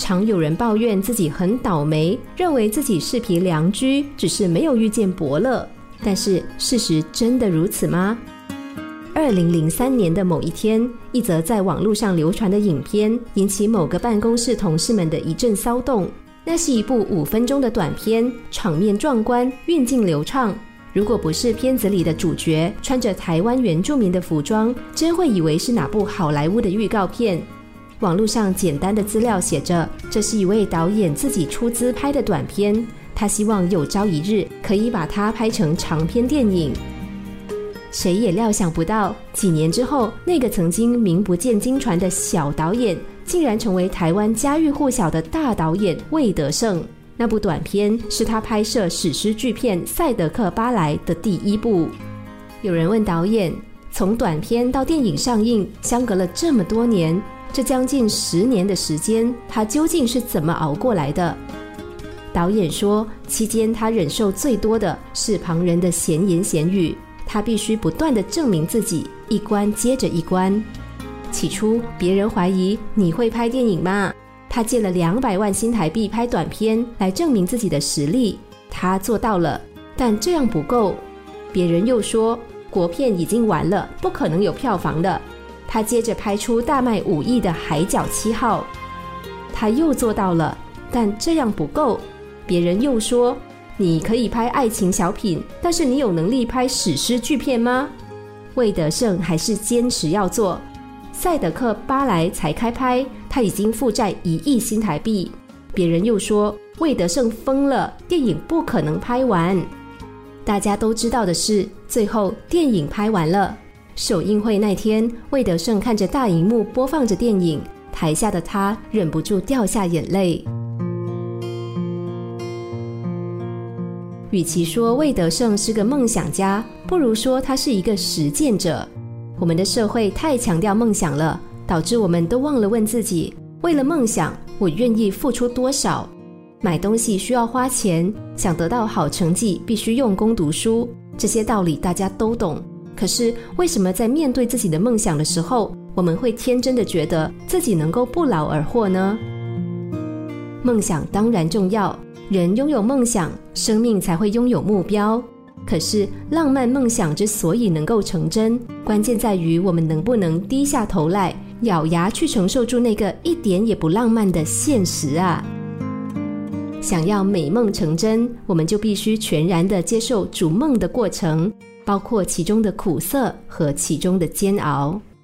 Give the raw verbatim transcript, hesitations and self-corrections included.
常有人抱怨自己很倒霉，认为自己是匹良驹，只是没有遇见伯乐。但是事实真的如此吗？二零零三年的某一天，一则在网络上流传的影片引起某个办公室同事们的一阵骚动。那是一部五分钟的短片，场面壮观，运镜流畅。如果不是片子里的主角穿着台湾原住民的服装，真会以为是哪部好莱坞的预告片。网络上简单的资料写着，这是一位导演自己出资拍的短片，他希望有朝一日可以把它拍成长篇电影。谁也料想不到，几年之后，那个曾经名不见经传的小导演竟然成为台湾家喻户晓的大导演魏德圣。那部短片是他拍摄史诗巨片《赛德克·巴莱》的第一部。有人问导演，从短片到电影上映相隔了这么多年，这将近十年的时间，他究竟是怎么熬过来的？导演说，期间他忍受最多的是旁人的闲言闲语，他必须不断地证明自己，一关接着一关。起初别人怀疑你会拍电影吗？他借了两百万新台币拍短片来证明自己的实力，他做到了，但这样不够。别人又说国片已经完了，不可能有票房的。他接着拍出大卖五亿的《海角七号》，他又做到了，但这样不够。别人又说你可以拍爱情小品，但是你有能力拍史诗巨片吗？魏德圣还是坚持要做。赛德克·巴莱才开拍，他已经负债一亿新台币。别人又说魏德圣疯了，电影不可能拍完。大家都知道的是，最后电影拍完了。首映会那天，魏德圣看着大荧幕播放着电影，台下的他忍不住掉下眼泪。与其说魏德圣是个梦想家，不如说他是一个实践者。我们的社会太强调梦想了，导致我们都忘了问自己，为了梦想我愿意付出多少？买东西需要花钱，想得到好成绩必须用功读书，这些道理大家都懂。可是为什么在面对自己的梦想的时候，我们会天真的觉得自己能够不劳而获呢？梦想当然重要，人拥有梦想，生命才会拥有目标。可是浪漫梦想之所以能够成真，关键在于我们能不能低下头来，咬牙去承受住那个一点也不浪漫的现实啊！想要美梦成真，我们就必须全然地接受逐梦的过程，包括其中的苦涩和其中的煎熬。